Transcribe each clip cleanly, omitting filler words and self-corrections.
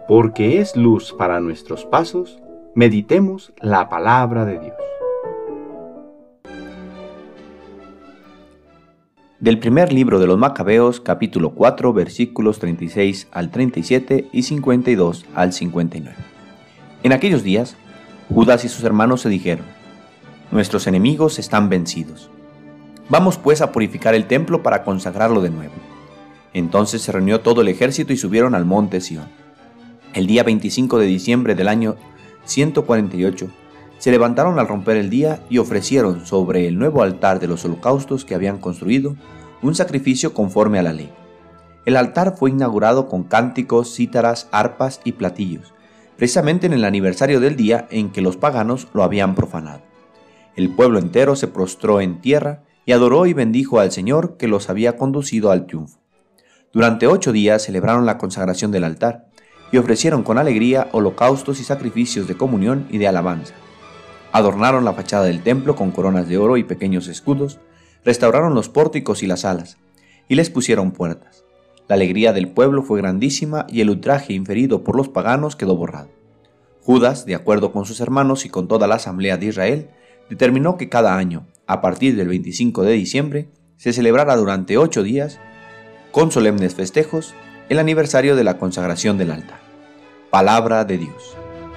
porque es luz para nuestros pasos, meditemos la palabra de Dios. Del primer libro de los Macabeos, capítulo 4, versículos 36 al 37 y 52 al 59. En aquellos días, Judas y sus hermanos se dijeron: nuestros enemigos están vencidos. Vamos pues a purificar el templo para consagrarlo de nuevo. Entonces se reunió todo el ejército y subieron al monte Sión. El día 25 de diciembre del año 148, se levantaron al romper el día y ofrecieron sobre el nuevo altar de los holocaustos que habían construido un sacrificio conforme a la ley. El altar fue inaugurado con cánticos, cítaras, arpas y platillos, precisamente en el aniversario del día en que los paganos lo habían profanado. El pueblo entero se prostró en tierra y adoró y bendijo al Señor que los había conducido al triunfo. Durante 8 días celebraron la consagración del altar y ofrecieron con alegría holocaustos y sacrificios de comunión y de alabanza. Adornaron la fachada del templo con coronas de oro y pequeños escudos, restauraron los pórticos y las alas, y les pusieron puertas. La alegría del pueblo fue grandísima y el ultraje inferido por los paganos quedó borrado. Judas, de acuerdo con sus hermanos y con toda la asamblea de Israel, determinó que cada año, a partir del 25 de diciembre, se celebrara durante 8 días, con solemnes festejos, el aniversario de la consagración del altar. Palabra de Dios.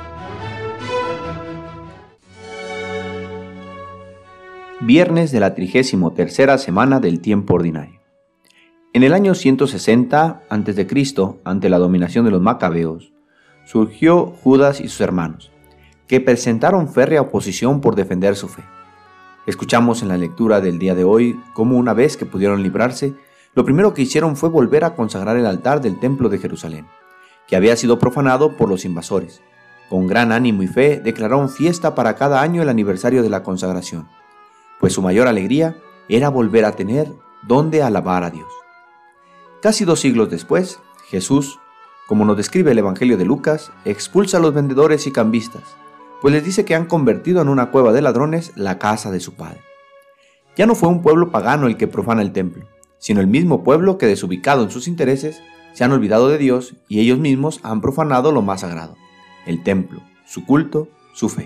Viernes de la 33ª semana del tiempo ordinario. En el año 160 a.C., ante la dominación de los Macabeos, surgió Judas y sus hermanos, que presentaron férrea oposición por defender su fe. Escuchamos en la lectura del día de hoy cómo una vez que pudieron librarse, lo primero que hicieron fue volver a consagrar el altar del templo de Jerusalén, que había sido profanado por los invasores. Con gran ánimo y fe declararon fiesta para cada año el aniversario de la consagración, pues su mayor alegría era volver a tener donde alabar a Dios. Casi 2 siglos después, Jesús, como nos describe el Evangelio de Lucas, expulsa a los vendedores y cambistas, pues les dice que han convertido en una cueva de ladrones la casa de su Padre. Ya no fue un pueblo pagano el que profana el templo, sino el mismo pueblo que, desubicado en sus intereses, se han olvidado de Dios y ellos mismos han profanado lo más sagrado, el templo, su culto, su fe.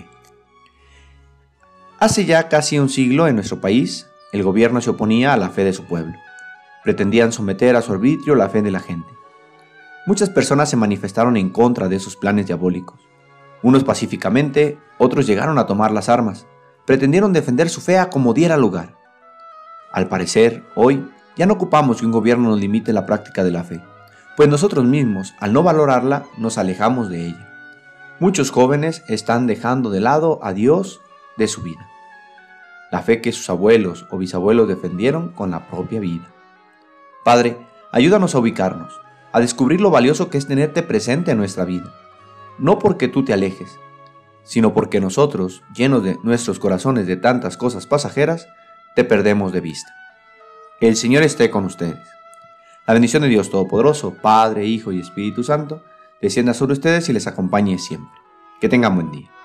Hace ya casi 1 siglo en nuestro país, el gobierno se oponía a la fe de su pueblo. Pretendían someter a su arbitrio la fe de la gente. Muchas personas se manifestaron en contra de esos planes diabólicos. Unos pacíficamente, otros llegaron a tomar las armas, pretendieron defender su fe a como diera lugar. Al parecer, hoy, ya no ocupamos que un gobierno nos limite la práctica de la fe, pues nosotros mismos, al no valorarla, nos alejamos de ella. Muchos jóvenes están dejando de lado a Dios de su vida, la fe que sus abuelos o bisabuelos defendieron con la propia vida. Padre, ayúdanos a ubicarnos, a descubrir lo valioso que es tenerte presente en nuestra vida, no porque tú te alejes, sino porque nosotros, llenos de nuestros corazones de tantas cosas pasajeras, te perdemos de vista. El Señor esté con ustedes. La bendición de Dios Todopoderoso, Padre, Hijo y Espíritu Santo, descienda sobre ustedes y les acompañe siempre. Que tengan buen día.